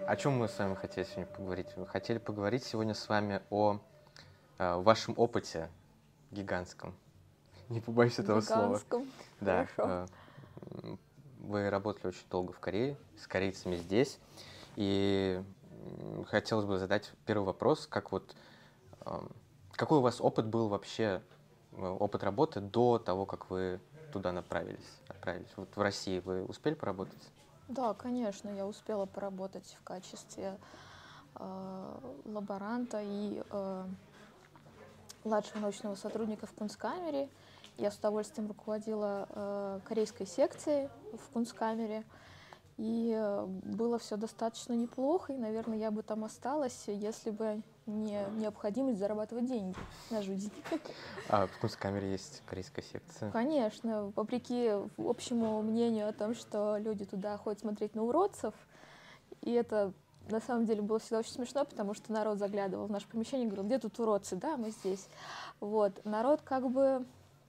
О чем мы с вами хотели сегодня поговорить? Мы хотели поговорить сегодня с вами о вашем опыте гигантском. Не побоюсь этого слова. Гигантском. Да. Хорошо. Вы работали очень долго в Корее, с корейцами здесь. И хотелось бы задать первый вопрос, какой у вас опыт был вообще, опыт работы до того, как вы туда отправились? Вот в России вы успели поработать? Да, конечно, я успела поработать в качестве лаборанта и младшего научного сотрудника в Кунсткамере. Я с удовольствием руководила корейской секцией в Кунсткамере. И было все достаточно неплохо, и, наверное, я бы там осталась, если бы не необходимость зарабатывать деньги на жизнь. А в Кунсткамере есть корейская секция? Конечно, вопреки общему мнению о том, что люди туда ходят смотреть на уродцев, и это на самом деле было всегда очень смешно, потому что народ заглядывал в наше помещение и говорил: где тут уродцы? Да, мы здесь. Вот. Народ как бы...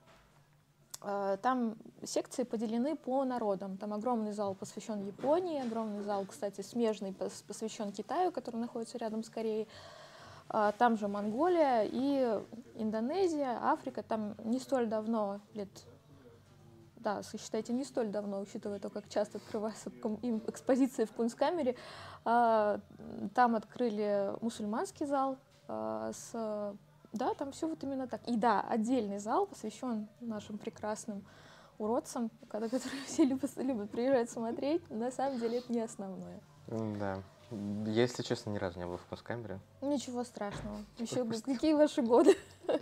Там секции поделены по народам. Там огромный зал посвящен Японии, огромный зал, кстати, смежный, посвящен Китаю, который находится рядом с Кореей. Там же Монголия и Индонезия, Африка. Там не столь давно, считайте, не столь давно, учитывая то, как часто открывается экспозиция в Кунсткамере, там открыли мусульманский зал Да, там все вот именно так. И да, отдельный зал посвящен нашим прекрасным уродцам, которые все любят приезжать смотреть. На самом деле это не основное. Да. Я, если честно, ни разу не был в Кунсткамере. Ничего страшного. Еще какие ваши годы?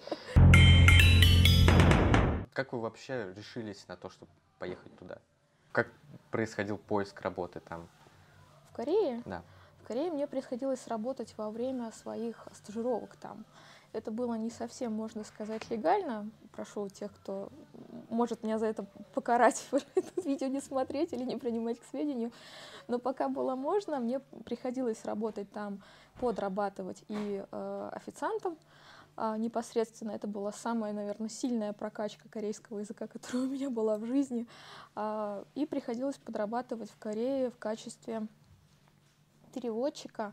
Как вы вообще решились на то, чтобы поехать туда? Как происходил поиск работы там? В Корее? Да. В Корее мне приходилось работать во время своих стажировок там. Это было не совсем, можно сказать, легально. Прошу тех, кто может меня за это покарать, это видео не смотреть или не принимать к сведению. Но пока было можно, мне приходилось работать там, подрабатывать и официантом. Непосредственно это была самая, наверное, сильная прокачка корейского языка, которая у меня была в жизни. И приходилось подрабатывать в Корее в качестве переводчика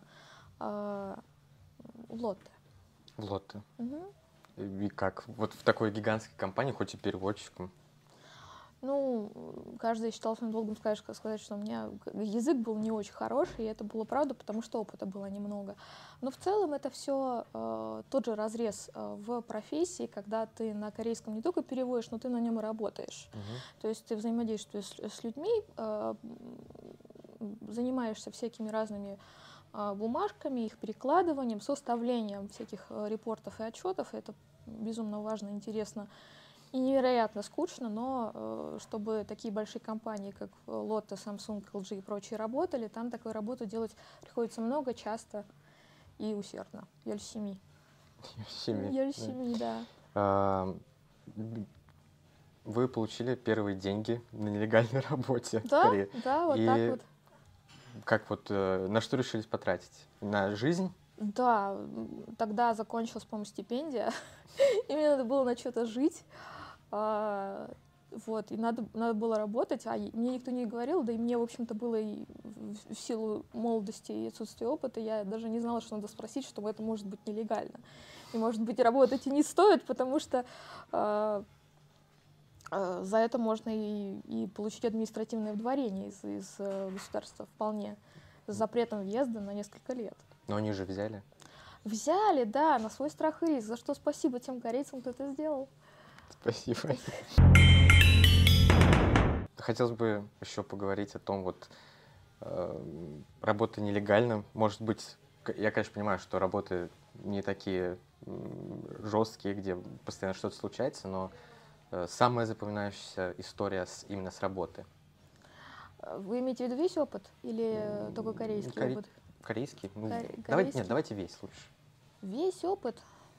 Лотте. В Лотте. Угу. И как? Вот в такой гигантской компании, хоть и переводчиком. Ну, каждый считал своим долгом сказать, что у меня язык был не очень хороший, и это было правда, потому что опыта было немного. Но в целом это все тот же разрез в профессии, когда ты на корейском не только переводишь, но ты на нем и работаешь. То есть ты взаимодействуешь с людьми, занимаешься всякими разными бумажками, их перекладыванием, составлением всяких репортов и отчетов. Это безумно важно, интересно и невероятно скучно, но чтобы такие большие компании, как Lotte, Samsung, LG и прочие работали, там такую работу делать приходится много, часто и усердно. 열심히. 열심히, да. Вы получили первые деньги на нелегальной работе в Да, Корее. да, вот так вот. Как на что решились потратить? На жизнь? Да, тогда закончилась, по-моему, стипендия, и мне надо было на что-то жить. Вот, и надо было работать, а мне никто не говорил, да и мне, в общем-то, было и в силу молодости и отсутствия опыта, я даже не знала, что надо спросить, что это может быть нелегально. И, может быть, работать и не стоит, потому что за это можно и получить административное вдворение из государства вполне, с запретом въезда на несколько лет. Но они же взяли? Взяли, да, на свой страх и риск, за что спасибо тем корейцам, кто это сделал. Спасибо. Хотелось бы еще поговорить о том, работа нелегально. Может быть, я, конечно, понимаю, что работы не такие жесткие, где постоянно что-то случается, но самая запоминающаяся история именно с работы. Вы имеете в виду весь опыт или только корейский опыт? Корейский? Корейский? Давайте весь лучше. Весь опыт?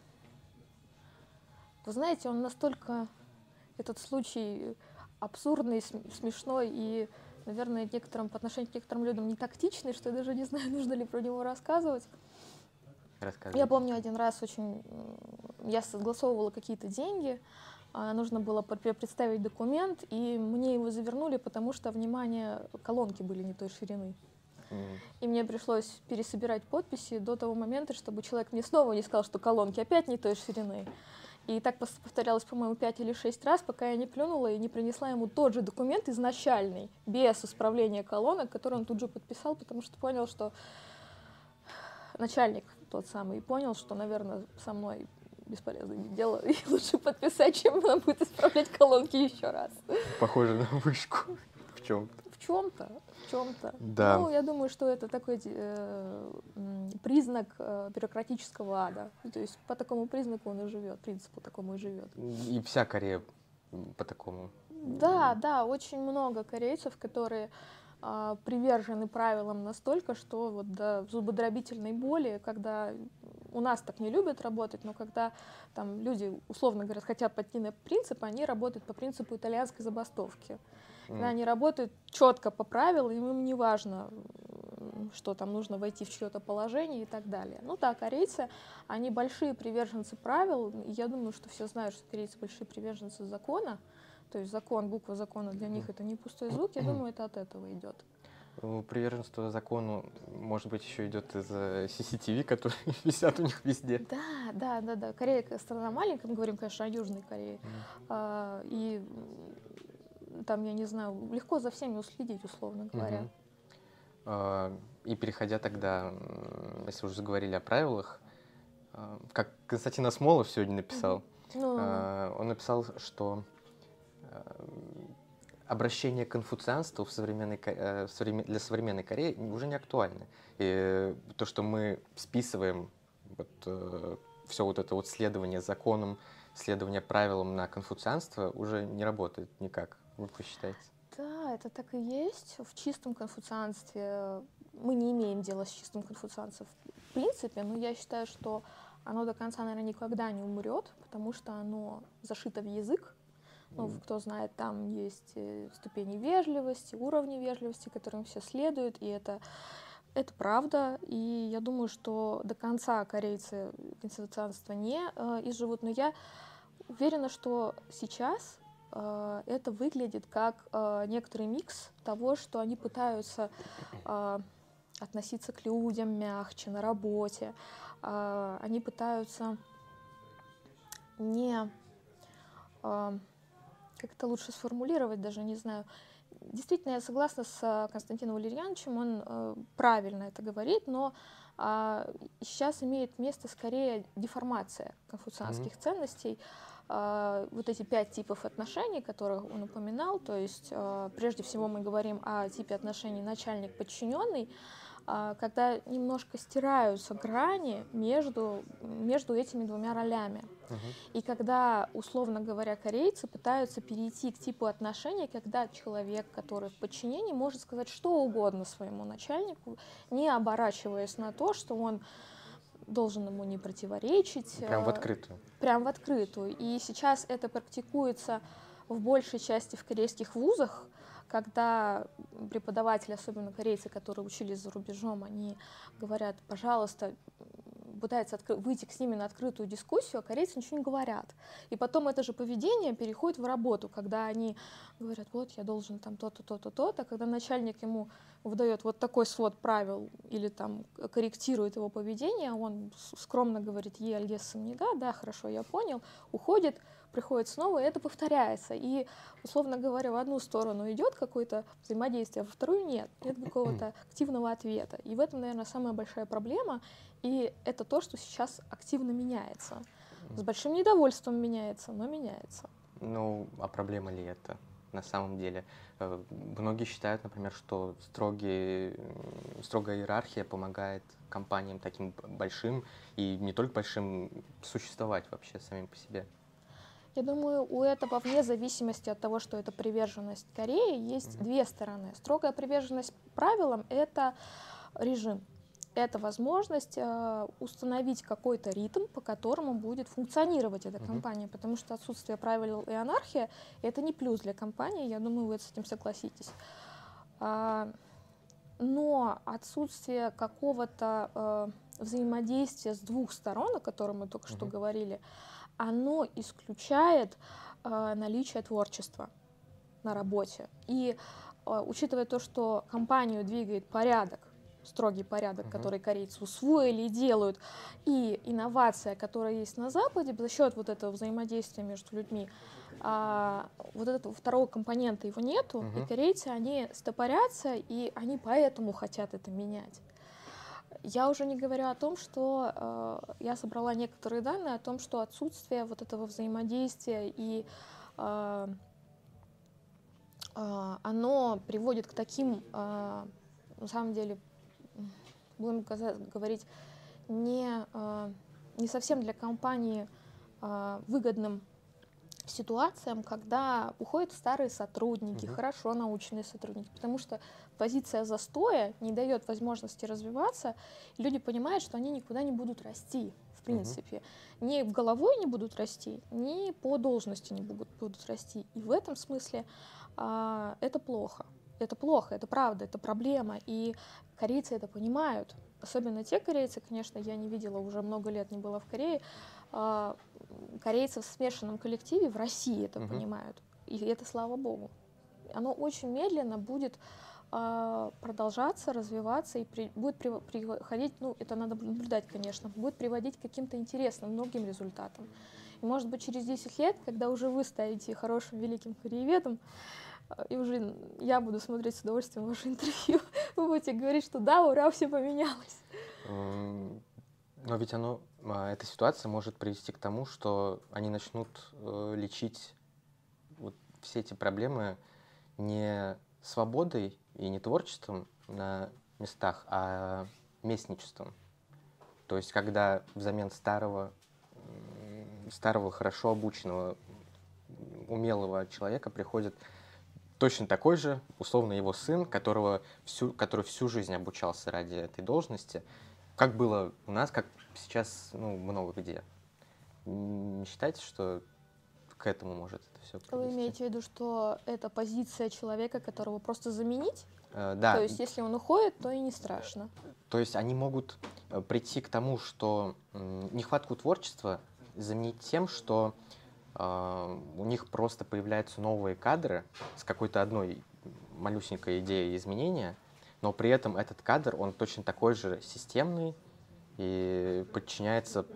Вы знаете, он настолько, этот случай, абсурдный, смешной и, наверное, по отношению к некоторым людям не тактичный, что я даже не знаю, нужно ли про него рассказывать. Я помню один раз я согласовывала какие-то деньги, нужно было представить документ, и мне его завернули, потому что, внимание, колонки были не той ширины. И мне пришлось пересобирать подписи до того момента, чтобы человек мне снова не сказал, что колонки опять не той ширины. И так повторялось, по-моему, 5 или 6 раз, пока я не плюнула и не принесла ему тот же документ изначальный, без исправления колонок, который он тут же подписал, потому что понял, что начальник тот самый понял, что, наверное, со мной бесполезно иметь дело, и лучше подписать, чем она будет исправлять колонки еще раз. Похоже на вышку в чем-то. В чем-то. Да. Ну, я думаю, что это такой признак бюрократического ада. То есть по такому признаку он и живет, принципу такому и живет. И вся Корея по такому. Да, очень много корейцев, которые привержены правилам настолько, что вот до зубодробительной боли, когда у нас так не любят работать, но когда там люди, условно говоря, хотят пойти на принцип, они работают по принципу итальянской забастовки. Когда они работают четко по правилам, им не важно, что там нужно войти в чье-то положение и так далее. Ну да, корейцы, они большие приверженцы правил, и я думаю, что все знают, что корейцы большие приверженцы закона, то есть закон, буква закона для них это не пустой звук, я думаю, это от этого идет. Приверженство закону, может быть, еще идет из CCTV, которые висят у них везде. Да. Корея страна маленькая, мы говорим, конечно, о Южной Корее. И там, я не знаю, легко за всеми уследить, условно говоря. И переходя тогда, если уже заговорили о правилах, как Константин Асмолов сегодня написал, он написал, что обращение к конфуцианству для современной Кореи уже не актуально. И то, что мы списываем все вот это вот следование законам, следование правилам на конфуцианство, уже не работает никак. Как вы считаете? Да, это так и есть. В чистом конфуцианстве мы не имеем дела с чистым конфуцианством в принципе, но я считаю, что оно до конца, наверное, никогда не умрет, потому что оно зашито в язык. Ну, кто знает, там есть ступени вежливости, уровни вежливости, которым все следуют, и это правда. И я думаю, что до конца корейцы конфуцианство не изживут, но я уверена, что сейчас это выглядит как некоторый микс того, что они пытаются относиться к людям мягче на работе. Они пытаются не... Как это лучше сформулировать, даже не знаю. Действительно, я согласна с Константином Валерьяновичем, он правильно это говорит, но сейчас имеет место скорее деформация конфуцианских ценностей. Вот эти 5 типов отношений, которые он упоминал, то есть прежде всего мы говорим о типе отношений начальник-подчиненный, когда немножко стираются грани между этими двумя ролями. И когда, условно говоря, корейцы пытаются перейти к типу отношений, когда человек, который в подчинении, может сказать что угодно своему начальнику, не оборачиваясь на то, что он должен ему не противоречить. Прям в открытую. Прям в открытую. И сейчас это практикуется в большей части в корейских вузах, когда преподаватели, особенно корейцы, которые учились за рубежом, они говорят, пожалуйста, пытаются выйти с ними на открытую дискуссию, а корейцы ничего не говорят. И потом это же поведение переходит в работу, когда они говорят, вот я должен там то-то, то-то, то-то, а когда начальник ему выдает вот такой свод правил или там корректирует его поведение, он скромно говорит, да, хорошо, я понял, уходит, приходит снова, и это повторяется. И, условно говоря, в одну сторону идет какое-то взаимодействие, а во вторую нет какого-то активного ответа. И в этом, наверное, самая большая проблема, и это то, что сейчас активно меняется. С большим недовольством меняется, но меняется. Ну, а проблема ли это на самом деле? Многие считают, например, что строгая иерархия помогает компаниям таким большим, и не только большим, существовать вообще самим по себе. Я думаю, у этого, вне зависимости от того, что это приверженность Кореи, есть две стороны. Строгая приверженность правилам — это режим. Это возможность установить какой-то ритм, по которому будет функционировать эта компания, потому что отсутствие правил и анархия — это не плюс для компании, я думаю, вы с этим согласитесь. Но отсутствие какого-то взаимодействия с двух сторон, о котором мы только что говорили, оно исключает наличие творчества на работе. И учитывая то, что компанию двигает порядок, строгий порядок, который корейцы усвоили и делают, и инновация, которая есть на Западе, за счет вот этого взаимодействия между людьми, вот этого второго компонента его нету, и корейцы, они стопорятся, и они поэтому хотят это менять. Я уже не говорю о том, что я собрала некоторые данные о том, что отсутствие вот этого взаимодействия и оно приводит к таким, на самом деле, будем говорить, не совсем для компании выгодным ситуациям, когда уходят старые сотрудники, хорошо наученные сотрудники, потому что позиция застоя не дает возможности развиваться, и люди понимают, что они никуда не будут расти, в принципе. Ни головой не будут расти, ни по должности не будут расти. И в этом смысле это плохо. Это плохо, это правда, это проблема. И корейцы это понимают. Особенно те корейцы, конечно, я не видела, уже много лет не была в Корее, корейцы в смешанном коллективе в России это понимают. И это слава богу. Оно очень медленно будет продолжаться, развиваться и будет приходить, ну, это надо наблюдать, конечно, будет приводить к каким-то интересным, многим результатам. И, может быть, через 10 лет, когда уже вы станете хорошим, великим корееведом, и уже я буду смотреть с удовольствием ваше интервью, вы будете говорить, что да, ура, все поменялось. Но ведь эта ситуация может привести к тому, что они начнут лечить вот все эти проблемы не свободой и не творчеством на местах, а местничеством. То есть когда взамен старого хорошо обученного, умелого человека приходит точно такой же, условно, его сын, который всю жизнь обучался ради этой должности, как было у нас, как сейчас, ну, много где. Не считаете, что к этому может это все привести? Вы имеете в виду, что это позиция человека, которого просто заменить? Да. То есть, если он уходит, то и не страшно. То есть они могут прийти к тому, что нехватку творчества заменить тем, что у них просто появляются новые кадры с какой-то одной малюсенькой идеей изменения, но при этом этот кадр, он точно такой же системный и подчиняется,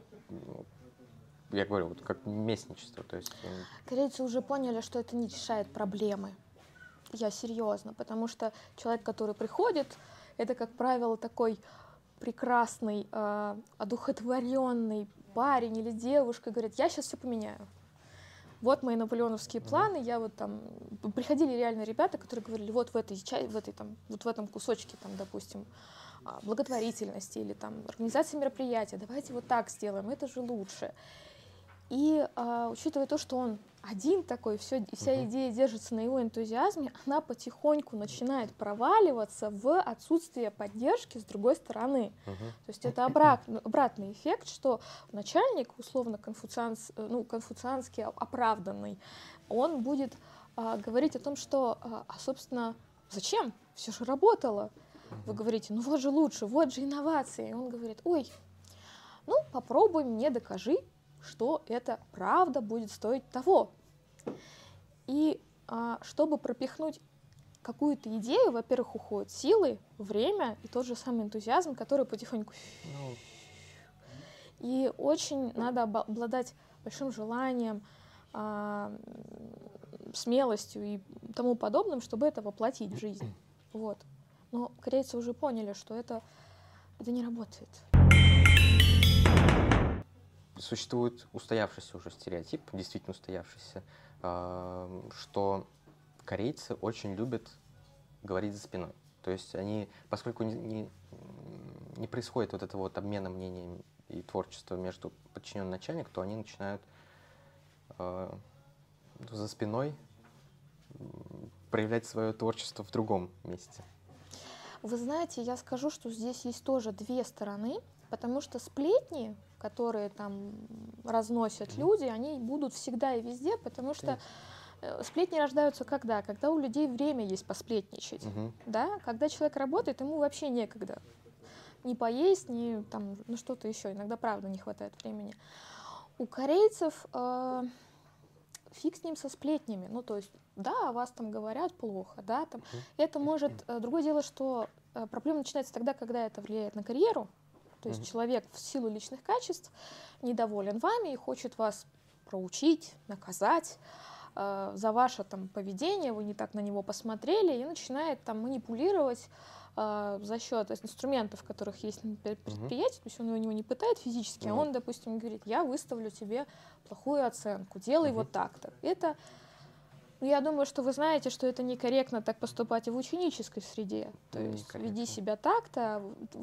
я говорю, вот как местничество. То есть корейцы уже поняли, что это не решает проблемы. Я серьезно, потому что человек, который приходит, это, как правило, такой прекрасный, одухотворенный парень или девушка, говорит, я сейчас все поменяю. Вот мои наполеоновские планы, я вот там... Приходили реально ребята, которые говорили, вот в этом кусочке, там, допустим, благотворительности или там организации мероприятия, давайте вот так сделаем, это же лучше. И учитывая то, что он один такой, вся идея держится на его энтузиазме, она потихоньку начинает проваливаться в отсутствие поддержки с другой стороны. То есть это обратный эффект, что начальник, условно конфуцианский оправданный, он будет говорить о том, что, собственно, зачем? Все же работало. Вы говорите, ну вот же лучше, вот же инновации. И он говорит, ой, ну попробуй мне докажи, что это правда будет стоить того. И чтобы пропихнуть какую-то идею, во-первых, уходят силы, время и тот же самый энтузиазм, который потихоньку... И очень надо обладать большим желанием, смелостью и тому подобным, чтобы это воплотить в жизнь. Вот. Но корейцы уже поняли, что это не работает. Существует устоявшийся уже стереотип, действительно устоявшийся, что корейцы очень любят говорить за спиной. То есть они, поскольку не происходит вот этого вот обмена мнениями и творчества между подчиненным и начальником, то они начинают за спиной проявлять свое творчество в другом месте. Вы знаете, я скажу, что здесь есть тоже две стороны, потому что сплетни, которые там разносят люди, они будут всегда и везде, потому что сплетни рождаются когда? Когда у людей время есть посплетничать. Да? Когда человек работает, ему вообще некогда ни поесть, ни там, ну, что-то еще. Иногда, правда, не хватает времени. У корейцев фиг с ним со сплетнями. Ну, то есть, да, о вас там говорят плохо, да, там. Это может... Другое дело, что проблема начинается тогда, когда это влияет на карьеру. То есть человек в силу личных качеств недоволен вами и хочет вас проучить, наказать за ваше там поведение, вы не так на него посмотрели, и начинает там манипулировать за счет инструментов, которых есть на предприятии, то есть он его не пытает физически, а он, допустим, говорит: я выставлю тебе плохую оценку, делай вот так-то. Это, я думаю, что вы знаете, что это некорректно так поступать и в ученической среде. То есть веди себя так-то.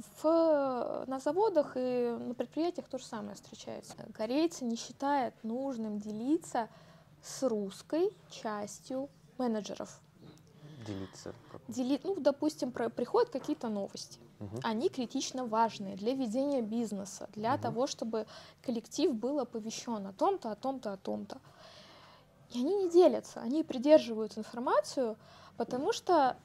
На заводах и на предприятиях то же самое встречается. Корейцы не считают нужным делиться с русской частью менеджеров. Делиться? Допустим, приходят какие-то новости. Они критично важные для ведения бизнеса, для того, чтобы коллектив был оповещен о том-то, о том-то, о том-то. И они не делятся, они придерживают информацию, потому что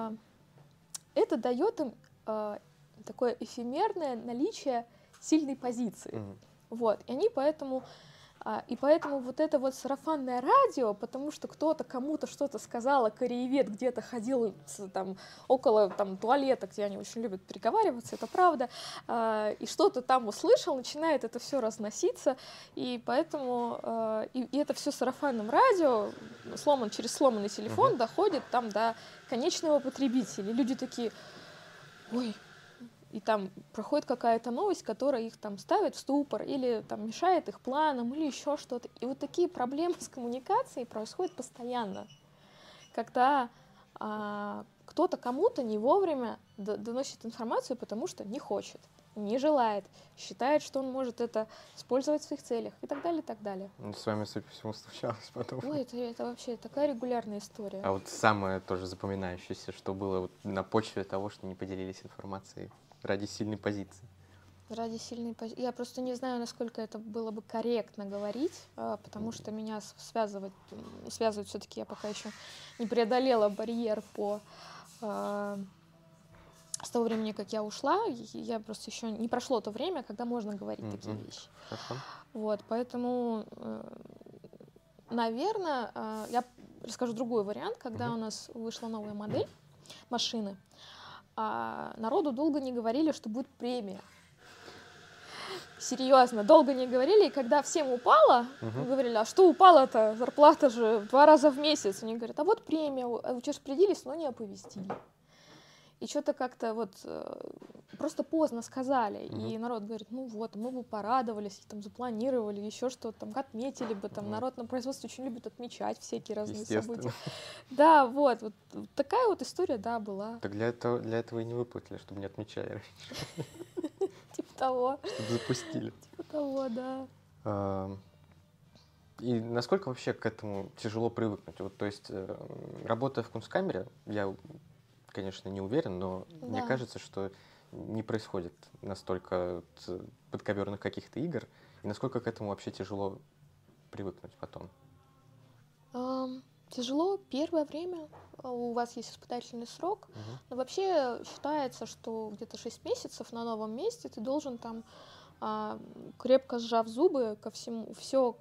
это дает им такое эфемерное наличие сильной позиции. Вот. И они поэтому вот это вот сарафанное радио, потому что кто-то кому-то что-то сказал, а кореевед где-то ходил там, около туалета, где они очень любят переговариваться, это правда, и что-то там услышал, начинает это все разноситься, и поэтому и это все сарафанным радио, через сломанный телефон доходит там до конечного потребителя. И люди такие: ой, и там проходит какая-то новость, которая их там ставит в ступор или там мешает их планам или еще что-то. И вот такие проблемы с коммуникацией происходят постоянно, когда кто-то кому-то не вовремя доносит информацию, потому что не хочет, не желает, считает, что он может это использовать в своих целях и так далее, и так далее. С вами, судя по всему, случалось потом. Ой, это вообще такая регулярная история. А вот самое тоже запоминающееся, что было вот на почве того, что не поделились информацией ради сильной позиции? Ради сильной позиции. Я просто не знаю, насколько это было бы корректно говорить, потому что меня связывать все-таки, я пока еще не преодолела барьер с того времени, как я ушла, я просто еще не прошло то время, когда можно говорить такие вещи. Хорошо. Вот, поэтому, наверное, я расскажу другой вариант, когда у нас вышла новая модель машины. Народу долго не говорили, что будет премия. Серьезно, долго не говорили, и когда всем упало, говорили: а что упало-то? Зарплата же в 2 раза в месяц. Они говорят: а вот премия, распределились, но не оповестили. И что-то как-то вот просто поздно сказали. И народ говорит: ну вот, мы бы порадовались, там запланировали, еще что-то, там отметили бы, там народ на производстве очень любит отмечать всякие разные события. Да, вот такая вот история, да, была. Так для этого и не выплатили, чтобы не отмечали раньше. Типа того. Чтобы запустили. Типа того, да. И насколько вообще к этому тяжело привыкнуть? Вот, то есть, работая в Кунсткамере, я, конечно, не уверен, но мне кажется, что не происходит настолько подковерных каких-то игр. И насколько к этому вообще тяжело привыкнуть потом? Тяжело первое время. У вас есть испытательный срок. Но вообще считается, что где-то 6 месяцев на новом месте ты должен там, крепко сжав зубы, ко всему, все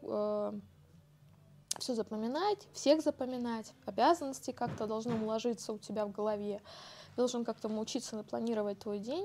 запоминать, всех запоминать, обязанности как-то должны уложиться у тебя в голове, должен как-то научиться планировать твой день.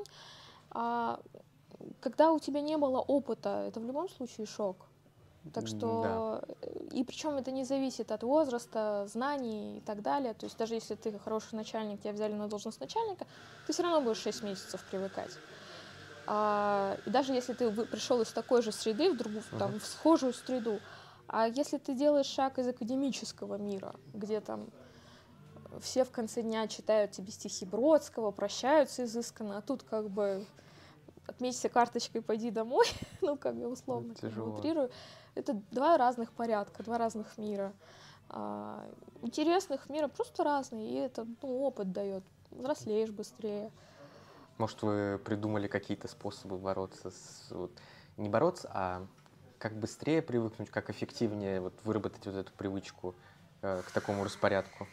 Когда у тебя не было опыта, это в любом случае шок. Так что, и причем это не зависит от возраста, знаний и так далее. То есть даже если ты хороший начальник, тебя взяли на должность начальника, ты все равно будешь 6 месяцев привыкать. И даже если ты пришел из такой же среды в другую, там, в схожую среду, а если ты делаешь шаг из академического мира, где там все в конце дня читают тебе стихи Бродского, прощаются изысканно, а тут как бы отметься карточкой, пойди домой, ну, как бы условно, как бы утрирую. Это 2 разных порядка, 2 разных мира. Интересных мира просто разные, и это опыт дает. Взрослеешь быстрее. Может, вы придумали какие-то способы бороться не бороться, а как быстрее привыкнуть, как эффективнее выработать вот эту привычку к такому распорядку?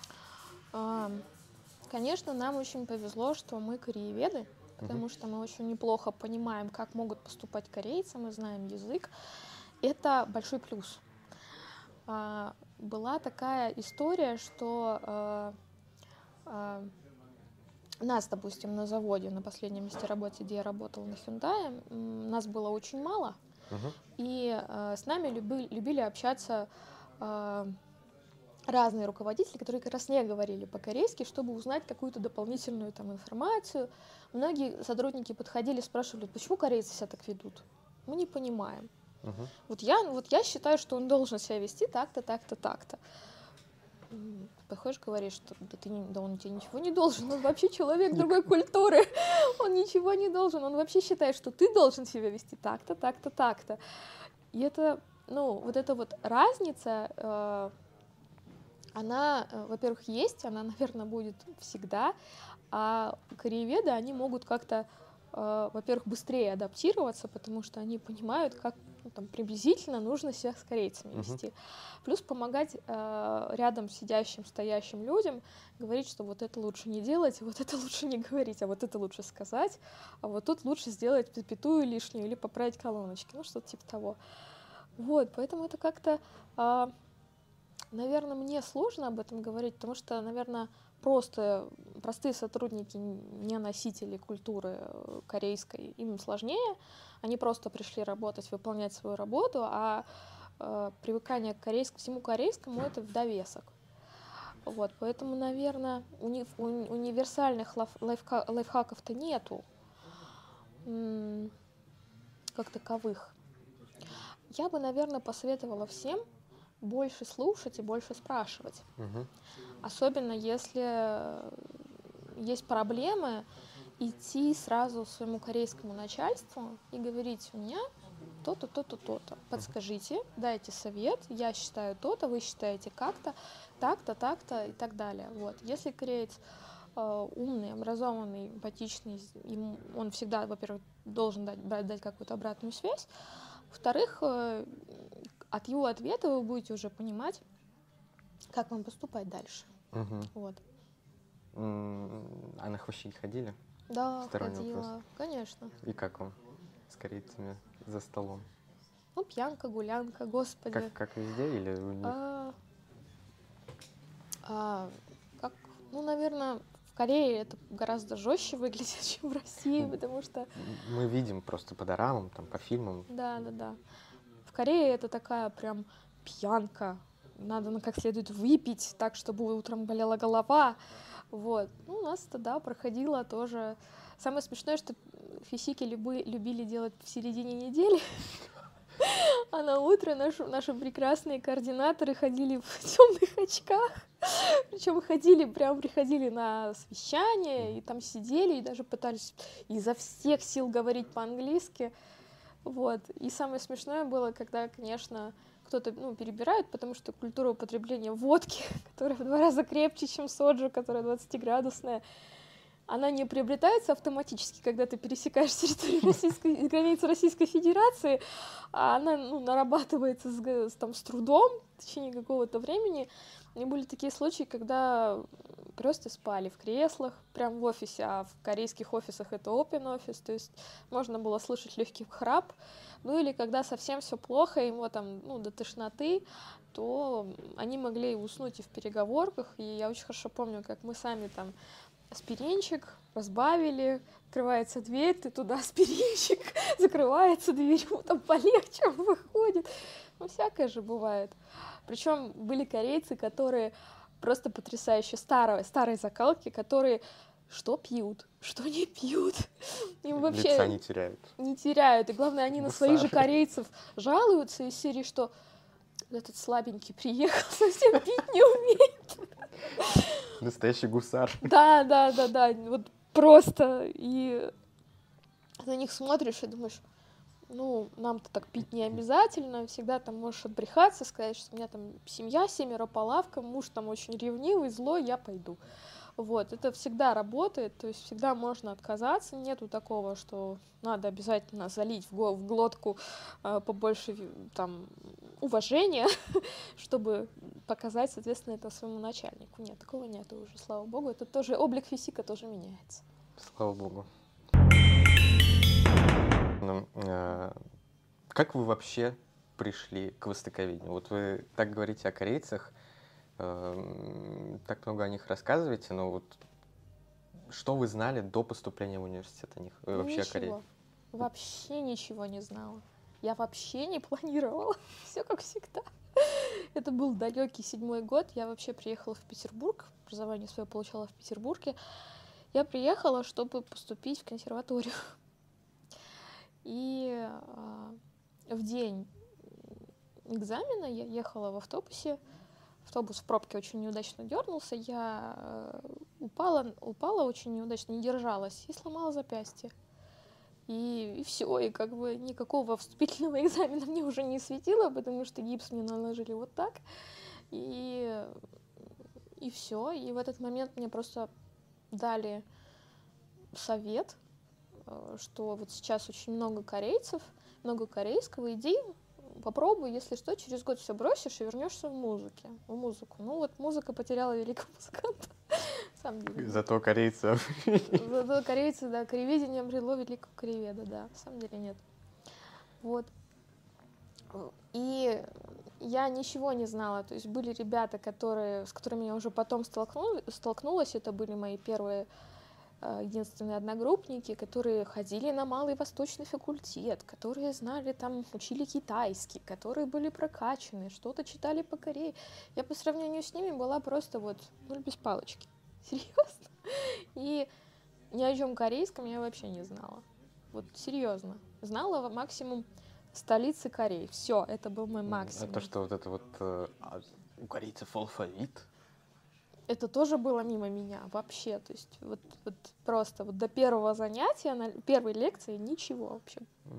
Конечно, нам очень повезло, что мы корееведы, потому что мы очень неплохо понимаем, как могут поступать корейцы, мы знаем язык. Это большой плюс. Была такая история, что нас, допустим, на заводе, на последнем месте работы, где я работала на Hyundai, нас было очень мало, и с нами любили общаться разные руководители, которые как раз не говорили по-корейски, чтобы узнать какую-то дополнительную там информацию. Многие сотрудники подходили, спрашивали, почему корейцы себя так ведут? Мы не понимаем. Вот я считаю, что он должен себя вести так-то, так-то, так-то. Подходишь, говоришь, что да он тебе ничего не должен, он вообще человек другой культуры, он ничего не должен, он вообще считает, что ты должен себя вести так-то, так-то, так-то. И это, вот эта вот разница, она, во-первых, есть, она, наверное, будет всегда, а корееведы, они могут как-то, во-первых, быстрее адаптироваться, потому что они понимают, как там, приблизительно нужно себя с корейцами вести. Плюс помогать рядом сидящим, стоящим людям говорить, что вот это лучше не делать, вот это лучше не говорить, а вот это лучше сказать, а вот тут лучше сделать пятую лишнюю или поправить колоночки, что-то типа того. Вот, поэтому это как-то... Наверное, мне сложно об этом говорить, потому что, наверное, простые сотрудники, не носители культуры корейской, им сложнее. Они просто пришли работать, выполнять свою работу, а привыкание к всему корейскому — это в довесок. Вот, поэтому, наверное, универсальных лайфхаков-то нету, как таковых. Я бы, наверное, посоветовала всем больше слушать и больше спрашивать. Особенно если есть проблемы, идти сразу своему корейскому начальству и говорить: у меня то-то, то-то, то-то. Подскажите, дайте совет, я считаю то-то, вы считаете как-то, так-то, так-то и так далее. Вот. Если кореец умный, образованный, эмпатичный, он всегда, во-первых, должен дать какую-то обратную связь. Во-вторых, от его ответа вы будете уже понимать, как вам поступать дальше. Вот. А на хвощи ходили? Да, Сторонний ходила, вопрос. конечно. И как вам с корейцами за столом? Пьянка, гулянка, господи. Как везде или у них? Наверное, в Корее это гораздо жестче выглядит, чем в России, потому что... Мы видим просто по дорамам, там, по фильмам. Да. В Корее это такая прям пьянка. Надо как следует выпить, так, чтобы утром болела голова. Вот. У нас тогда проходило тоже. Самое смешное, что фисики любили делать в середине недели. А на утро наши прекрасные координаторы ходили в темных очках. Причем приходили на совещание, и там сидели, и даже пытались изо всех сил говорить по-английски. Вот. И самое смешное было, когда, конечно, кто-то перебирает, потому что культура употребления водки, которая в 2 раза крепче, чем соджу, которая 20-градусная, она не приобретается автоматически, когда ты пересекаешь территорию границы Российской Федерации, а она нарабатывается с трудом в течение какого-то времени. И были такие случаи, когда просто спали в креслах, прям в офисе, а в корейских офисах это open офис, то есть можно было слышать легкий храп. Или когда совсем все плохо, ему там до тошноты, то они могли уснуть и в переговорках. И я очень хорошо помню, как мы сами там аспиринчик разбавили, открывается дверь, ты туда аспиринчик, закрывается дверь, там полегче, он выходит. Всякое же бывает. Причем были корейцы, которые просто потрясающе старой закалки, которые что пьют, что не пьют. Им вообще лица не теряют. Не теряют. И главное, они на своих же корейцев жалуются из серии, что этот слабенький приехал, совсем пить не умеет. Настоящий гусар. Да. Вот просто. И на них смотришь и думаешь, нам-то так пить не обязательно, всегда там можешь отбрехаться, сказать, что у меня там семья, 7 по лавкам, муж там очень ревнивый, злой, я пойду. Вот, это всегда работает, то есть всегда можно отказаться, нету такого, что надо обязательно залить в глотку побольше там уважения, чтобы показать, соответственно, это своему начальнику. Нет, такого нету уже, слава богу, это тоже, облик физика тоже меняется. Слава богу. Как вы вообще пришли к востоковедению? Вот вы так говорите о корейцах, так много о них рассказываете, но вот что вы знали до поступления в университет о них? Вообще о Корее? Ничего. Вообще ничего не знала. Я вообще не планировала. Все как всегда. Это был далекий 7-й год. Я вообще приехала в Петербург. Образование свое получала в Петербурге. Я приехала, чтобы поступить в консерваторию. И в день экзамена я ехала в автобусе. Автобус в пробке очень неудачно дернулся. Я упала очень неудачно, не держалась и сломала запястье. И все, и как бы никакого вступительного экзамена мне уже не светило, потому что гипс мне наложили вот так. И все. И в этот момент мне просто дали совет, что вот сейчас очень много корейцев, много корейского, иди, попробуй, если что, через год все бросишь и вернешься в музыку. Ну вот музыка потеряла великого музыканта. Самом деле. Зато корейцы... Зато корейцы, да, корееведение обрело великого корееведа, да, на самом деле нет. Вот. И я ничего не знала, то есть были ребята, с которыми я уже потом столкнулась, это были мои первые единственные одногруппники, которые ходили на Малый Восточный факультет, которые знали, там, учили китайский, которые были прокачаны, что-то читали по Корее. Я по сравнению с ними была просто вот нуль без палочки. Серьезно. И ни о чем корейском я вообще не знала. Вот серьезно. Знала максимум столицы Кореи. Все, это был мой максимум. А то, что вот это вот у корейцев алфавит. Это тоже было мимо меня вообще. То есть вот просто вот до первого занятия, на первой лекции ничего вообще.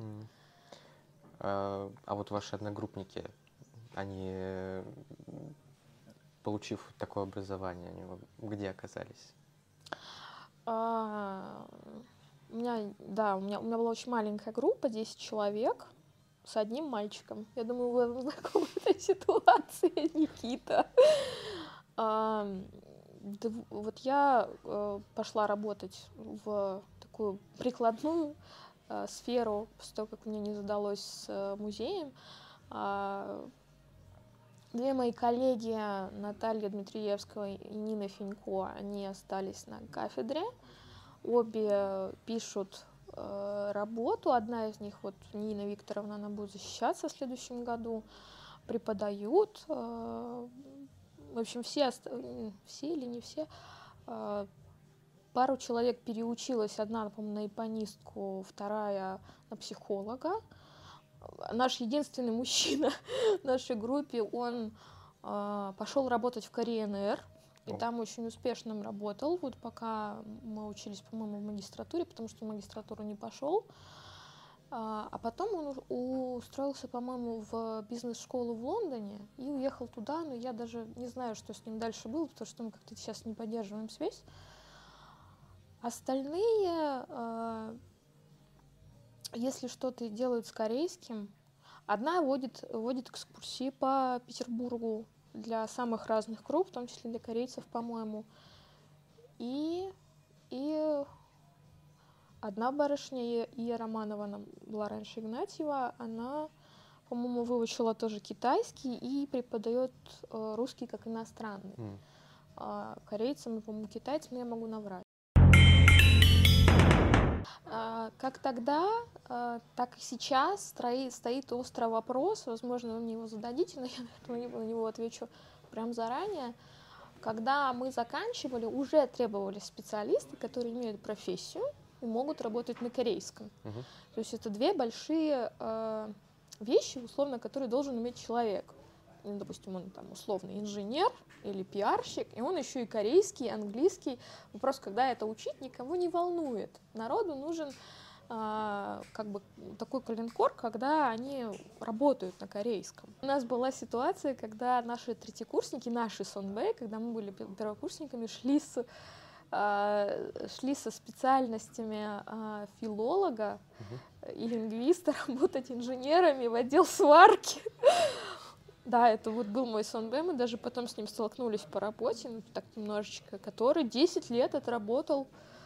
А вот ваши одногруппники, они, получив такое образование, они где оказались? У меня была очень маленькая группа, 10 человек, с одним мальчиком. Я думаю, вы вам знакомы этой ситуации, Никита. Вот я пошла работать в такую прикладную сферу, после того, как мне не задалось с музеем. Две мои коллеги, Наталья Дмитриевская и Нина Фенько, они остались на кафедре. Обе пишут работу. Одна из них, вот Нина Викторовна, она будет защищаться в следующем году. Преподают. В общем, все или не все. Пару человек переучилась. Одна, по-моему, на ипонистку, вторая на психолога. Наш единственный мужчина в нашей группе, он пошел работать в КореНР, и там очень успешно работал, вот пока мы учились, по-моему, в магистратуре, потому что в магистратуру не пошел. А потом он устроился, по-моему, в бизнес-школу в Лондоне и уехал туда, но я даже не знаю, что с ним дальше было, потому что мы как-то сейчас не поддерживаем связь. Остальные... Если что-то делают с корейским, одна водит экскурсии по Петербургу для самых разных групп, в том числе для корейцев, по-моему. И одна барышня, Ия Романова, она была раньше Игнатьева, она, по-моему, выучила тоже китайский и преподает русский как иностранный. Корейцам и, по-моему, китайцам я могу наврать. Как тогда, так и сейчас стоит острый вопрос, возможно, вы мне его зададите, но я на него отвечу прямо заранее. Когда мы заканчивали, уже требовались специалисты, которые имеют профессию и могут работать на корейском. То есть это две большие вещи, условно, которые должен иметь человек. Допустим, он там условно инженер или пиарщик, и он еще и корейский, и английский. Вопрос, когда это учить, никого не волнует. Народу нужен как бы такой коленкор, когда они работают на корейском. У нас была ситуация, когда наши третьекурсники, наши сонбэ, когда мы были первокурсниками, шли со специальностями филолога и лингвиста работать инженерами в отдел сварки. Да, это вот был мой сонбэ, мы даже потом с ним столкнулись по работе, так немножечко, который 10 лет отработал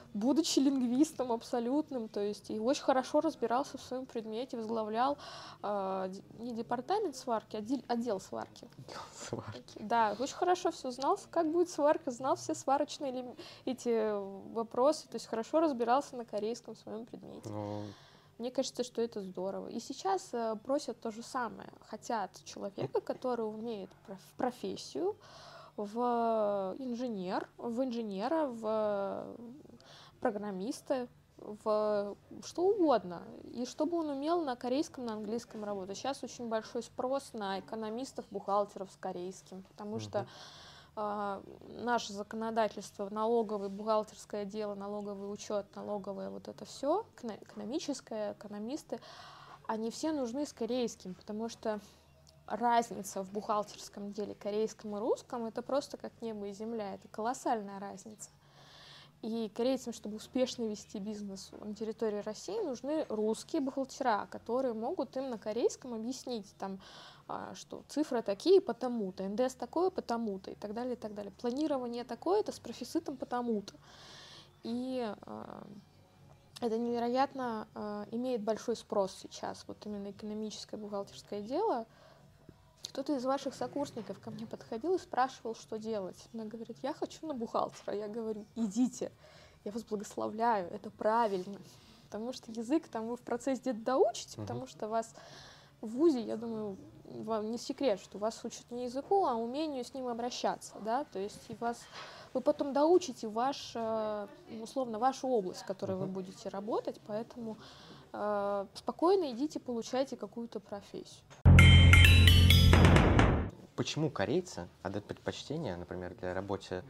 будучи лингвистом абсолютным, то есть и очень хорошо разбирался в своем предмете, возглавлял не департамент сварки, а отдел сварки. Сварки. Да, очень хорошо все знал, как будет сварка, знал все сварочные эти вопросы, то есть хорошо разбирался на корейском своем предмете. Ну, Мне кажется, что это здорово. И сейчас просят то же самое. Хотят человека, который умеет в профессию, в инженера, в программиста, в что угодно. И чтобы он умел на корейском, на английском работать. Сейчас очень большой спрос на экономистов, бухгалтеров с корейским, потому что наше законодательство, налоговое, бухгалтерское дело, налоговый учет, налоговое вот это все, экономическое, экономисты, они все нужны с корейским, потому что разница в бухгалтерском деле корейском и русском это просто как небо и земля, это колоссальная разница. И корейцам, чтобы успешно вести бизнес на территории России, нужны русские бухгалтера, которые могут им на корейском объяснить, там, что цифры такие потому-то, НДС такое потому-то и так далее, и так далее. Планирование такое-то с профицитом потому-то. И это невероятно имеет большой спрос сейчас, вот именно экономическое, бухгалтерское дело. Кто-то из ваших сокурсников ко мне подходил и спрашивал, что делать. Она говорит, я хочу на бухгалтера. Я говорю, идите, я вас благословляю, это правильно. Потому что язык там вы в процессе где-то доучите, потому что вас в вузе, я думаю, вам не секрет, что вас учат не языку, а умению с ним обращаться, да, то есть и вы потом доучите условно, вашу область, в которой вы будете работать, поэтому спокойно идите, получайте какую-то профессию. почему корейцы отдают предпочтение, например, для работы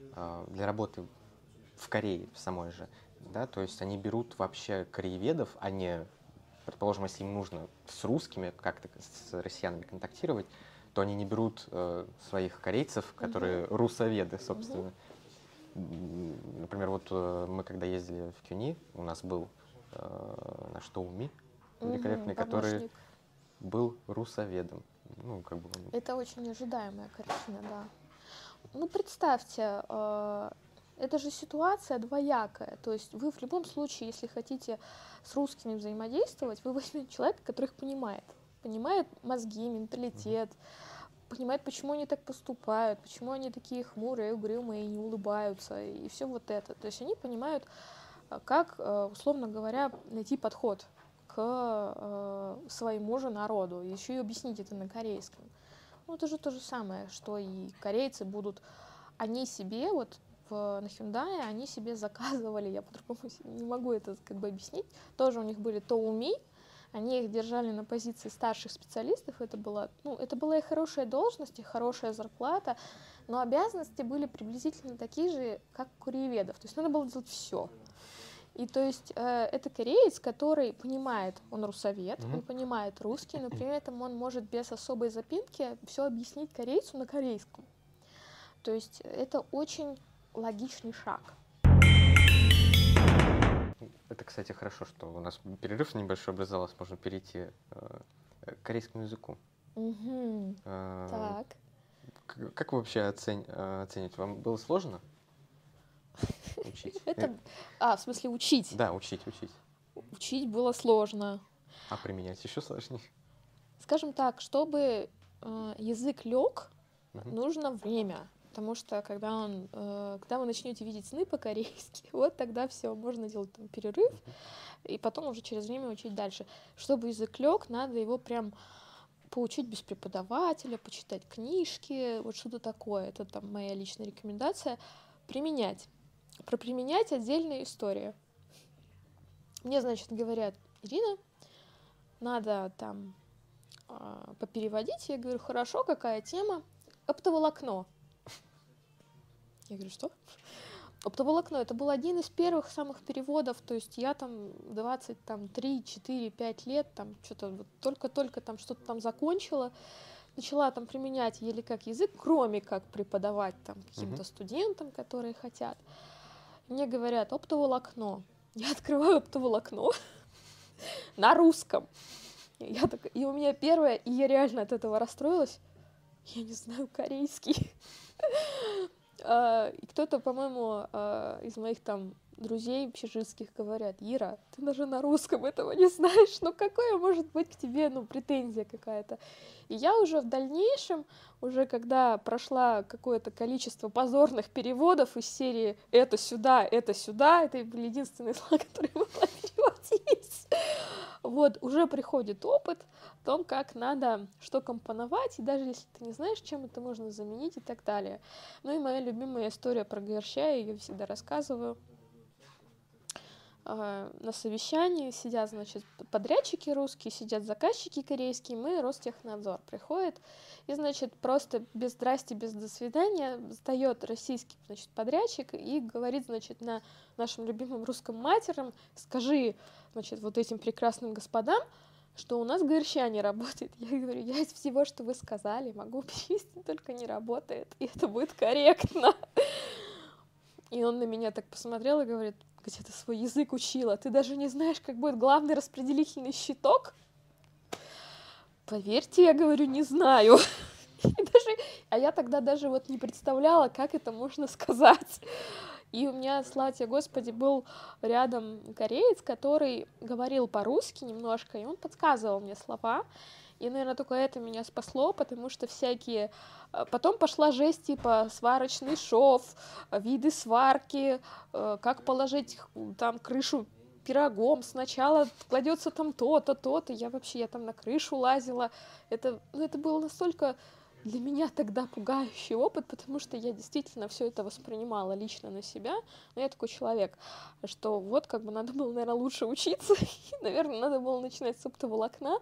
в Корее самой же, да, то есть они берут вообще корееведов, а не, предположим, если им нужно с русскими как-то, с россиянами контактировать, то они не берут своих корейцев, которые русоведы, собственно. Например, вот мы когда ездили в Кюни, у нас был наш Тоуми, великолепный, который был русоведом. Ну, как бы Это очень ожидаемая картина, да. Ну, представьте, это же ситуация двоякая. То есть вы в любом случае, если хотите с русскими взаимодействовать, вы возьмете человека, который их понимает. Понимает мозги, менталитет, понимает, почему они так поступают, почему они такие хмурые, угрюмые и не улыбаются, и все вот это. То есть они понимают, как, условно говоря, найти подход к своему же народу, еще и объяснить это на корейском. Ну, это же то же самое, что и корейцы будут, они себе, вот на Hyundai, они себе заказывали, я по-другому не могу это как бы объяснить, тоже у них были Тоуми, они их держали на позиции старших специалистов, это была и хорошая должность, и хорошая зарплата, но обязанности были приблизительно такие же, как у корееведов, то есть надо было делать все. И то есть это кореец, который понимает, он русовед, он понимает русский, но при этом он может без особой запинки все объяснить корейцу на корейском. То есть это очень логичный шаг. Это, кстати, хорошо, что у нас перерыв небольшой образовался, можно перейти к корейскому языку. Так. Как вы вообще оцените? Вам было сложно учить? В смысле учить? Да, учить. Учить было сложно. А применять еще сложнее? Скажем так, чтобы язык лег, нужно время. Потому что когда вы начнете видеть сны по-корейски, вот тогда все, можно делать там перерыв, и потом уже через время учить дальше. Чтобы язык лег, надо его прям поучить без преподавателя, почитать книжки, вот что-то такое. Это там моя личная рекомендация. Применять. Про применять отдельная история. Мне, значит, говорят, Ирина, надо там попереводить. Я говорю, хорошо, какая тема? Оптоволокно. Я говорю, что? Оптоволокно. Это был один из первых самых переводов. То есть я там 23, 4, 5 лет там что-то вот только-только там что-то там закончила. Начала там применять еле как язык, кроме как преподавать там каким-то студентам, которые хотят. Мне говорят, оптоволокно. Я открываю оптоволокно на русском. И у меня первое, и я реально от этого расстроилась. Я не знаю корейский. И кто-то, по-моему, из моих там друзей общежитских говорят: Ира, ты даже на русском этого не знаешь, ну какая может быть к тебе, ну, претензия какая-то? И я уже в дальнейшем, уже когда прошла какое-то количество позорных переводов из серии это сюда, это были единственные слова, которые я могла переводить. Вот, уже приходит опыт о том, как надо что компоновать, и даже если ты не знаешь, чем это можно заменить и так далее. Ну и моя любимая история про ГРЩ, я ее всегда рассказываю. На совещании сидят, значит, подрядчики русские, сидят заказчики корейские, мы Ростехнадзор приходит, и, значит, просто без здрасте, без до свидания встает российский, значит, подрядчик и говорит, значит, на нашем любимом русском матерном: скажи, значит, вот этим прекрасным господам, что у нас ГРЩ не работает. Я говорю: я из всего, что вы сказали, могу перевести, только не работает, и это будет корректно. И он на меня так посмотрел и говорит: где ты свой язык учила? Ты даже не знаешь, как будет главный распределительный щиток? Поверьте, я говорю, не знаю. А я тогда даже вот не представляла, как это можно сказать. И у меня, слава тебе Господи, был рядом кореец, который говорил по-русски немножко, и он подсказывал мне слова. И, наверное, только это меня спасло, потому что всякие... Потом пошла жесть, типа сварочный шов, виды сварки, как положить там крышу пирогом. Сначала кладется там то-то, то-то. Я там на крышу лазила. Это было настолько для меня тогда пугающий опыт, потому что я действительно все это воспринимала лично на себя. Но я такой человек, что вот как бы надо было, наверное, лучше учиться. Наверное, надо было начинать с оптоволокна.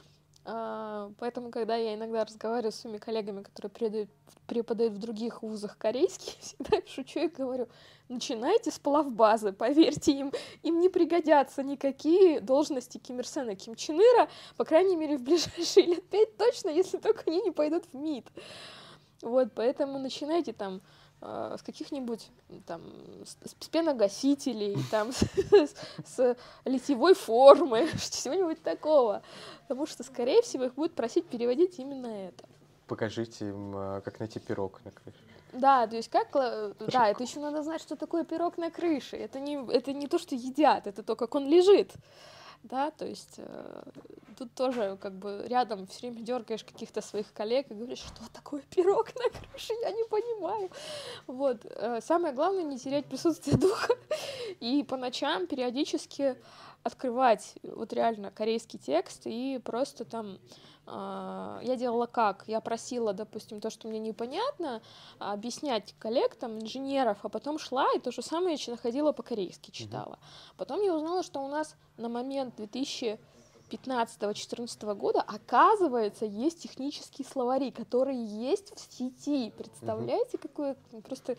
Поэтому, когда я иногда разговариваю с своими коллегами, которые преподают в других вузах корейский, всегда шучу и говорю: начинайте с плавбазы, поверьте, им не пригодятся никакие должности Ким Ир Сена и Ким Чен Ира, по крайней мере, в ближайшие лет 5 точно, если только они не пойдут в МИД. Вот, поэтому начинайте там с каких-нибудь там с пеногасителей, там с литьевой формы, чего-нибудь такого. Потому что, скорее всего, их будут просить переводить именно это. Покажите им, как найти пирог на крыше. Да, то есть да, это еще надо знать, что такое пирог на крыше. Это не то, что едят, это то, как он лежит. Да, то есть тут тоже как бы рядом все время дергаешь каких-то своих коллег и говоришь: что такое пирог на крыше, я не понимаю. Вот. Самое главное — не терять присутствие духа и по ночам периодически открывать вот реально корейский текст и просто там... Я делала как? Я просила, допустим, то, что мне непонятно, объяснять коллег, там, инженеров, а потом шла и то же самое находила по-корейски, читала. Потом я узнала, что у нас на момент 2015-2014 года, оказывается, есть технические словари, которые есть в сети. Представляете, какое просто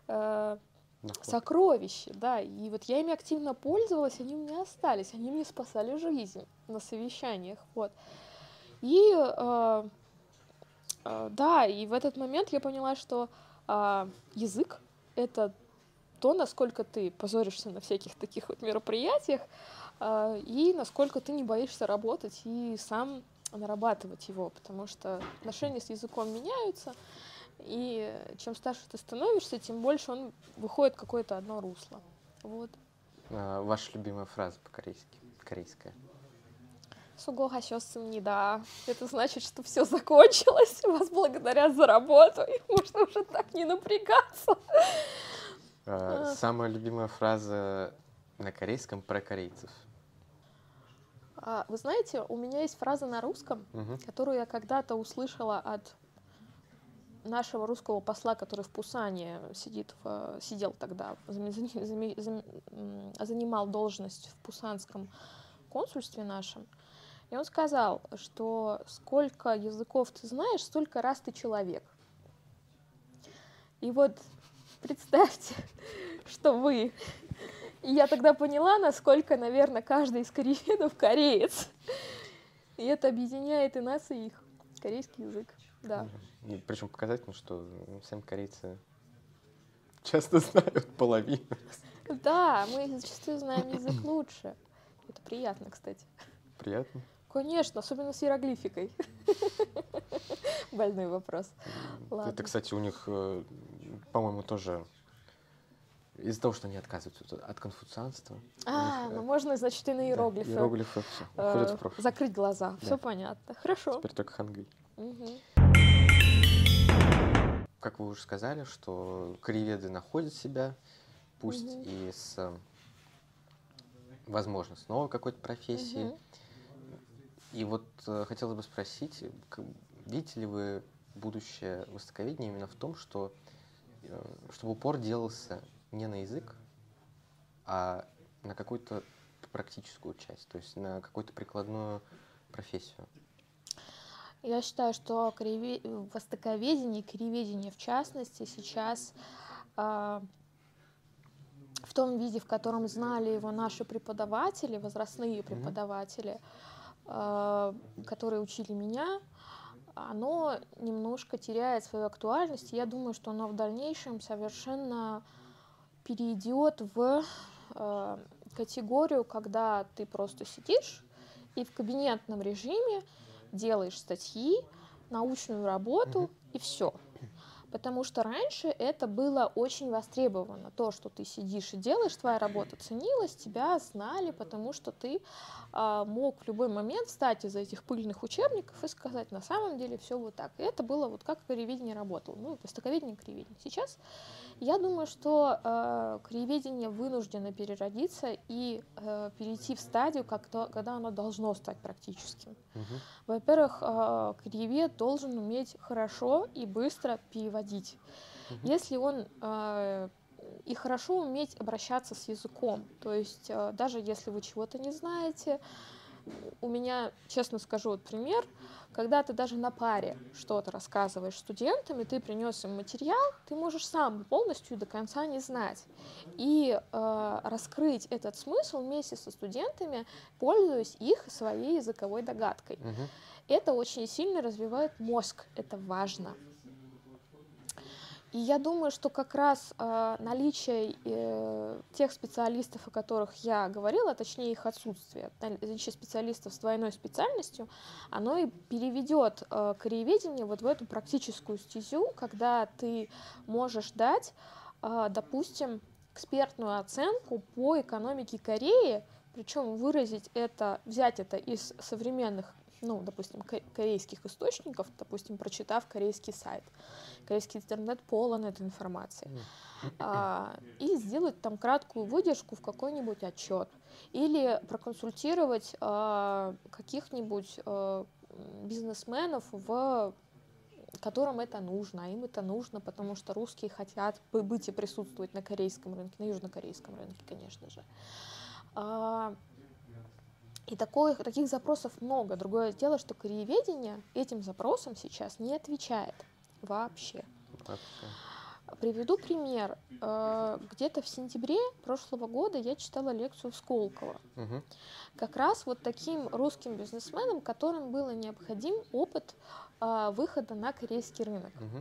сокровище, да. И вот я ими активно пользовалась, они у меня остались, они мне спасали жизнь на совещаниях, вот. И да, и в этот момент я поняла, что язык — это то, насколько ты позоришься на всяких таких вот мероприятиях, и насколько ты не боишься работать и сам нарабатывать его, потому что отношения с языком меняются, и чем старше ты становишься, тем больше он выходит в какое-то одно русло. Вот. Ваша любимая фраза по-корейски? Корейская. Сугохасёсымнида. Это значит, что все закончилось. Вас благодарят за работу, и можно уже так не напрягаться. Самая любимая фраза на корейском про корейцев? Вы знаете, у меня есть фраза на русском, которую я когда-то услышала от нашего русского посла, который в Пусане сидел тогда, занимал должность в пусанском консульстве нашем. И он сказал, что сколько языков ты знаешь, столько раз ты человек. И вот представьте, что вы. И я тогда поняла, насколько, наверное, каждый из корееведов кореец. И это объединяет и нас, и их. Корейский язык, да. И причем показательно, что сами корейцы часто знают половину. Да, мы зачастую знаем язык лучше. Это приятно, кстати. Приятно? Конечно, особенно с иероглификой. Больной вопрос. Это, Ладно. кстати, у них, по-моему, тоже из-за того, что они отказываются от конфуцианства. Ну можно, значит, и на Да, иероглифы иероглифы все уходят в прошлое. закрыть глаза. Да. Все понятно. Хорошо. Теперь только хангыль. Мгм. Как вы уже сказали, что краеведы находят себя, пусть Мгм. и с, возможно, с новой какой-то профессией. Мгм. И вот хотелось бы спросить, видите ли вы будущее востоковедения именно в том, что чтобы упор делался не на язык, а на какую-то практическую часть, то есть на какую-то прикладную профессию? Я считаю, что востоковедение, краеведение в частности, сейчас а, в том виде, в котором знали его наши преподаватели, возрастные преподаватели, которые учили меня, оно немножко теряет свою актуальность. Я думаю, что оно в дальнейшем совершенно перейдет в категорию, когда ты просто сидишь и в кабинетном режиме делаешь статьи, научную работу и все. Потому что раньше это было очень востребовано. То, что ты сидишь и делаешь, твоя работа ценилась, тебя знали, потому что ты мог в любой момент встать из этих пыльных учебников и сказать, на самом деле все вот так. И это было вот как краеведение работало. Ну, востоковедение, краеведение. Сейчас я думаю, что краеведение вынуждено переродиться и перейти в стадию, когда оно должно стать практическим. Мгм. Во-первых, краевед должен уметь хорошо и быстро переводить. Мгм. Если он и хорошо уметь обращаться с языком, то есть даже если вы чего-то не знаете, у меня, честно скажу, вот пример, когда ты даже на паре что-то рассказываешь студентам, и ты принес им материал, ты можешь сам полностью и до конца не знать. И раскрыть этот смысл вместе со студентами, пользуясь их своей языковой догадкой. Мгм. Это очень сильно развивает мозг, это важно. И я думаю, что как раз наличие тех специалистов, о которых я говорила, точнее их отсутствие, наличие специалистов с двойной специальностью, оно и переведет краеведение вот в эту практическую стезю, когда ты можешь дать, допустим, экспертную оценку по экономике Кореи, причем выразить это, взять это из современных, ну, допустим, корейских источников, допустим, прочитав корейский сайт. Корейский интернет полон этой информации. И сделать там краткую выдержку в какой-нибудь отчет. Или проконсультировать каких-нибудь бизнесменов, которым это нужно. А им это нужно, потому что русские хотят быть и присутствовать на корейском рынке, на южнокорейском рынке, конечно же. И таких запросов много. Другое дело, что краеведение этим запросам сейчас не отвечает вообще. Вообще. Приведу пример. Где-то в сентябре прошлого года я читала лекцию в Сколково. Мгм. Как раз вот таким русским бизнесменам, которым был необходим опыт выхода на корейский рынок. Мгм.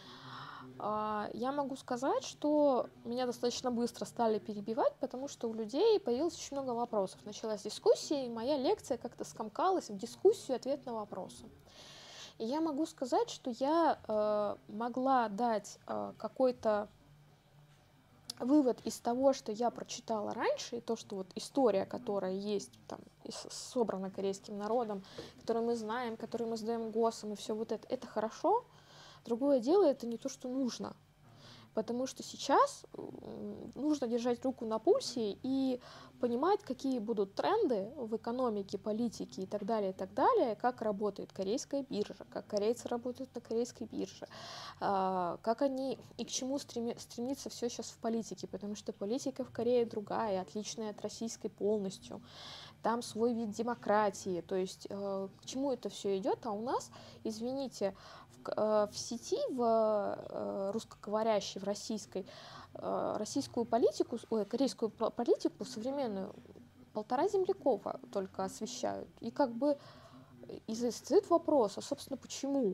Я могу сказать, что меня достаточно быстро стали перебивать, потому что у людей появилось очень много вопросов. Началась дискуссия, и моя лекция как-то скомкалась в дискуссию ответ на вопросы. И я могу сказать, что я могла дать какой-то вывод из того, что я прочитала раньше, и то, что вот история, которая есть там, собрана корейским народом, которую мы знаем, которую мы сдаем ГОСам, и все вот это хорошо. Другое дело, это не то, что нужно. Потому что сейчас нужно держать руку на пульсе и понимать, какие будут тренды в экономике, политике и так далее, как работает корейская биржа, как корейцы работают на корейской бирже, как они и к чему стремится все сейчас в политике, потому что политика в Корее другая, отличная от российской полностью. Там свой вид демократии, то есть к чему это все идет, а у нас, извините, в сети, в русскоговорящей, в российскую политику, корейскую политику современную 1,5 землекопа только освещают. И как бы и стоит вопрос, а собственно почему?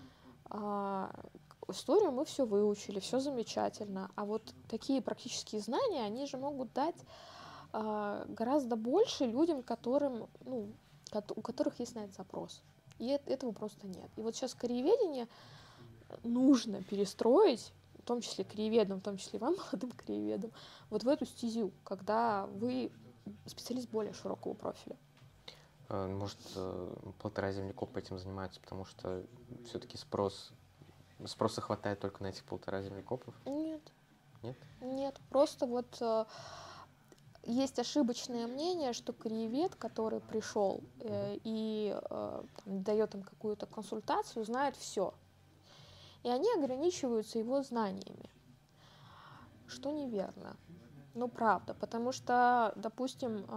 Историю мы все выучили, все замечательно, а вот такие практические знания, они же могут дать гораздо больше людям, у которых есть на это запрос. И этого просто нет. И вот сейчас краеведение нужно перестроить, в том числе краеведам, в том числе вам, молодым краеведам, вот в эту стезю, когда вы специалист более широкого профиля. Может, полтора землекопа этим занимаются, потому что все-таки спроса хватает только на этих полтора землекопов? Нет. Нет? Нет, просто вот есть ошибочное мнение, что краевед, который пришел и дает им какую-то консультацию, знает все. И они ограничиваются его знаниями, что неверно. Ну, правда, потому что, допустим,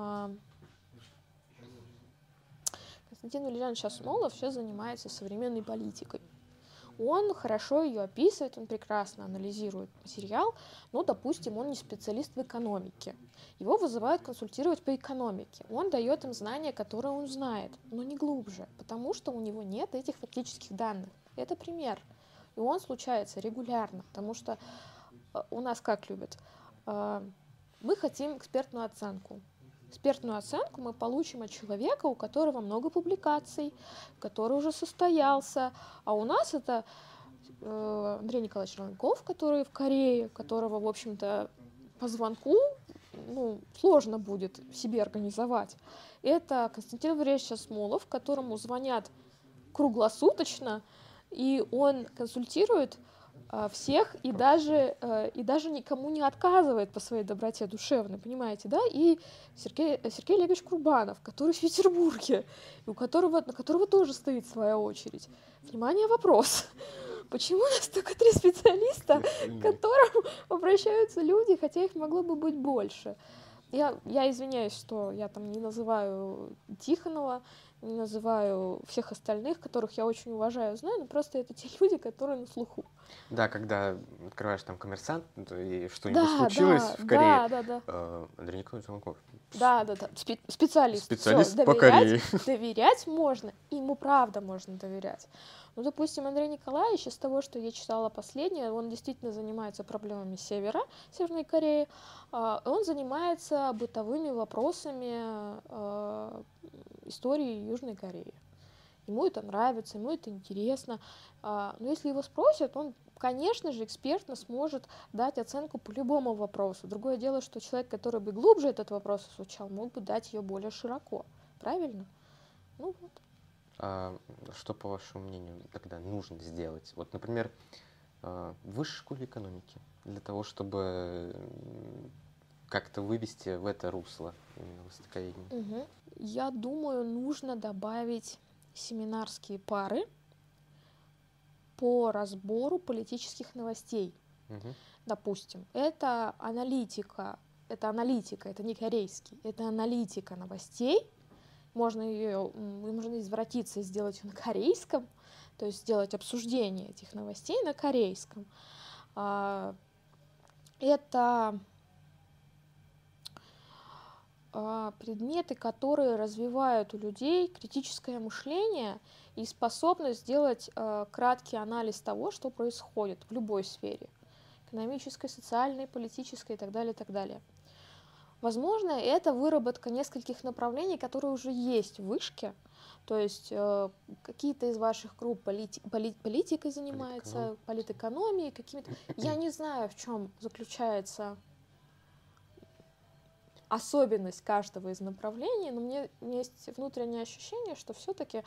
Константин Валерьянович Асмолов сейчас занимается современной политикой. Он хорошо ее описывает, он прекрасно анализирует материал, но, допустим, он не специалист в экономике. Его вызывают консультировать по экономике. Он дает им знания, которые он знает, но не глубже, потому что у него нет этих фактических данных. Это пример. И он случается регулярно, потому что у нас как любят? Мы хотим экспертную оценку. Экспертную оценку мы получим от человека, у которого много публикаций, который уже состоялся. А у нас это Андрей Николаевич Ранков, который в Корее, которого, в общем-то, по звонку сложно будет себе организовать. Это Константин Валерьевич Асмолов, которому звонят круглосуточно, и он консультирует всех и даже никому не отказывает по своей доброте душевной, понимаете, да? И Сергей Олегович Курбанов, который в Петербурге, и на которого тоже стоит своя очередь. Внимание, вопрос. Почему у нас только 3 специалиста, к которым обращаются люди, хотя их могло бы быть больше? Я извиняюсь, что я там не называю Тихонова, не называю всех остальных, которых я очень уважаю, знаю, но просто это те люди, которые на слуху. Да, когда открываешь там «Коммерсант», и что-нибудь случилось в Корее, Андрей Николаевич Ранков. Да. Специалист. Специалист Всё, по Корее. Доверять можно, ему правда можно доверять. Ну, допустим, Андрей Николаевич, из того, что я читала последнее, он действительно занимается проблемами Северной Кореи, он занимается бытовыми вопросами истории Южной Кореи. Ему это нравится, ему это интересно. Но если его спросят, он, конечно же, экспертно сможет дать оценку по любому вопросу. Другое дело, что человек, который бы глубже этот вопрос изучал, мог бы дать ее более широко. Правильно? Ну вот. Что, по вашему мнению, тогда нужно сделать? Вот, например, в высшей школе экономики, для того, чтобы как-то вывести в это русло именно востоковедение? Угу. Я думаю, нужно добавить семинарские пары по разбору политических новостей. Угу. Допустим, это аналитика, это не корейский, это аналитика новостей. Можно извратиться и сделать ее на корейском, то есть сделать обсуждение этих новостей на корейском. Это предметы, которые развивают у людей критическое мышление и способность сделать краткий анализ того, что происходит в любой сфере. Экономической, социальной, политической и так далее, и так далее. Возможно, это выработка нескольких направлений, которые уже есть в вышке. То есть какие-то из ваших групп политикой занимаются, политэкономией, какими-то. Я не знаю, в чем заключается особенность каждого из направлений, но у меня есть внутреннее ощущение, что все-таки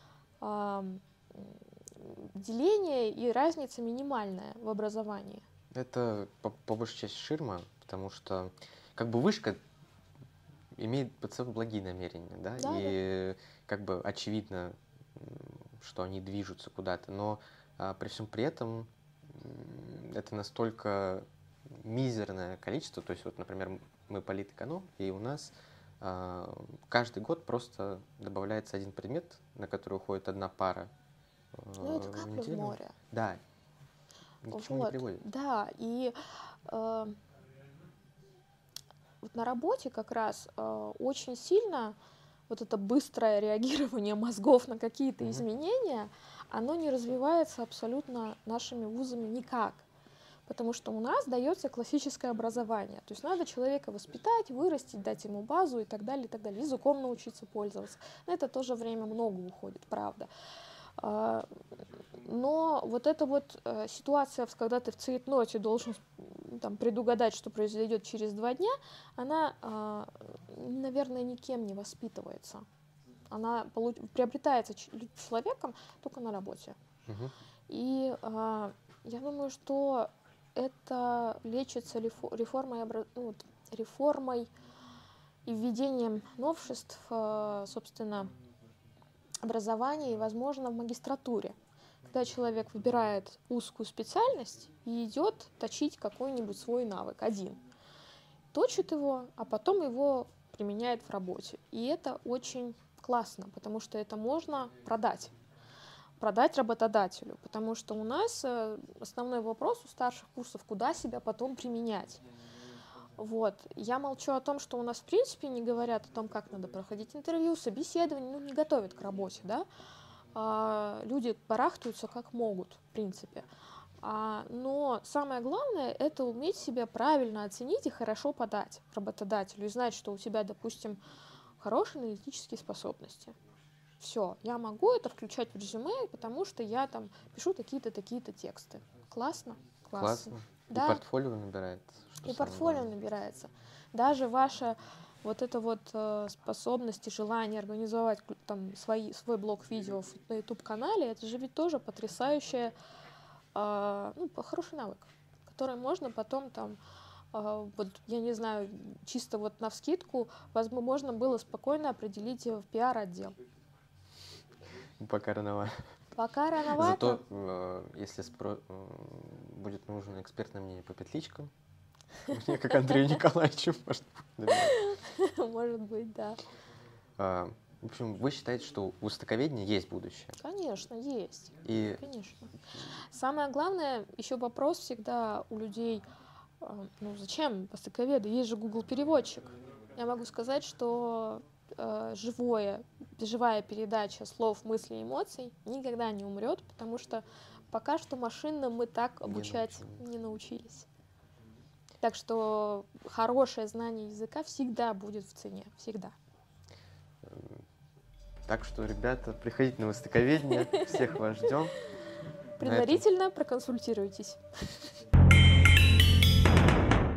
деление и разница минимальная в образовании. Это по большей части ширма, потому что как бы вышка имеет под собой благие намерения, да, и как бы очевидно, что они движутся куда-то, но при всем при этом это настолько мизерное количество, то есть вот, например, мы политэконом, и у нас каждый год просто добавляется один предмет, на который уходит одна пара. Ну, это капля в море. Да, ни к чему не приводит. Да, и вот на работе как раз очень сильно вот это быстрое реагирование мозгов на какие-то изменения, оно не развивается абсолютно нашими вузами никак. Потому что у нас дается классическое образование. То есть надо человека воспитать, вырастить, дать ему базу и так далее, языком научиться пользоваться. На это тоже время много уходит, правда. Но вот эта вот ситуация, когда ты в цейтноте должен там предугадать, что произойдет через 2 дня, она, наверное, никем не воспитывается. Она приобретается человеком только на работе. И я думаю, что это лечится реформой и введением новшеств, собственно, образования и, возможно, в магистратуре. Когда человек выбирает узкую специальность и идет точить какой-нибудь свой навык один. Точит его, а потом его применяет в работе. И это очень классно, потому что это можно продать работодателю, потому что у нас основной вопрос у старших курсов, куда себя потом применять. Вот. Я молчу о том, что у нас в принципе не говорят о том, как надо проходить интервью, собеседование, не готовят к работе, да. Люди барахтаются как могут, в принципе. Но самое главное — это уметь себя правильно оценить и хорошо подать работодателю, и знать, что у тебя, допустим, хорошие аналитические способности. Все, я могу это включать в резюме, потому что я там пишу такие-то, такие-то тексты. Классно? Классно. Да. И портфолио набирается. И портфолио набирается. Даже ваша вот эта вот способность и желание организовать там свой блог видео на YouTube-канале, это же ведь тоже потрясающий хороший навык, который можно потом там, вот я не знаю, чисто вот навскидку, можно было спокойно определить в пиар-отдел. Пока рановато. Пока рановато. Зато, если будет нужно экспертное мнение по петличкам, мне, как Андрею Николаевичу, может быть, да. В общем, вы считаете, что у востоковедения есть будущее? Конечно, есть. И... Конечно. Самое главное, еще вопрос всегда у людей, зачем востоковеды? Есть же Google переводчик. Я могу сказать, что живая передача слов, мыслей, эмоций никогда не умрет, потому что пока что машинно мы так обучать не научились. Так что хорошее знание языка всегда будет в цене, всегда. Так что, ребята, приходите на востоковедение, всех вас ждем. Предварительно проконсультируйтесь.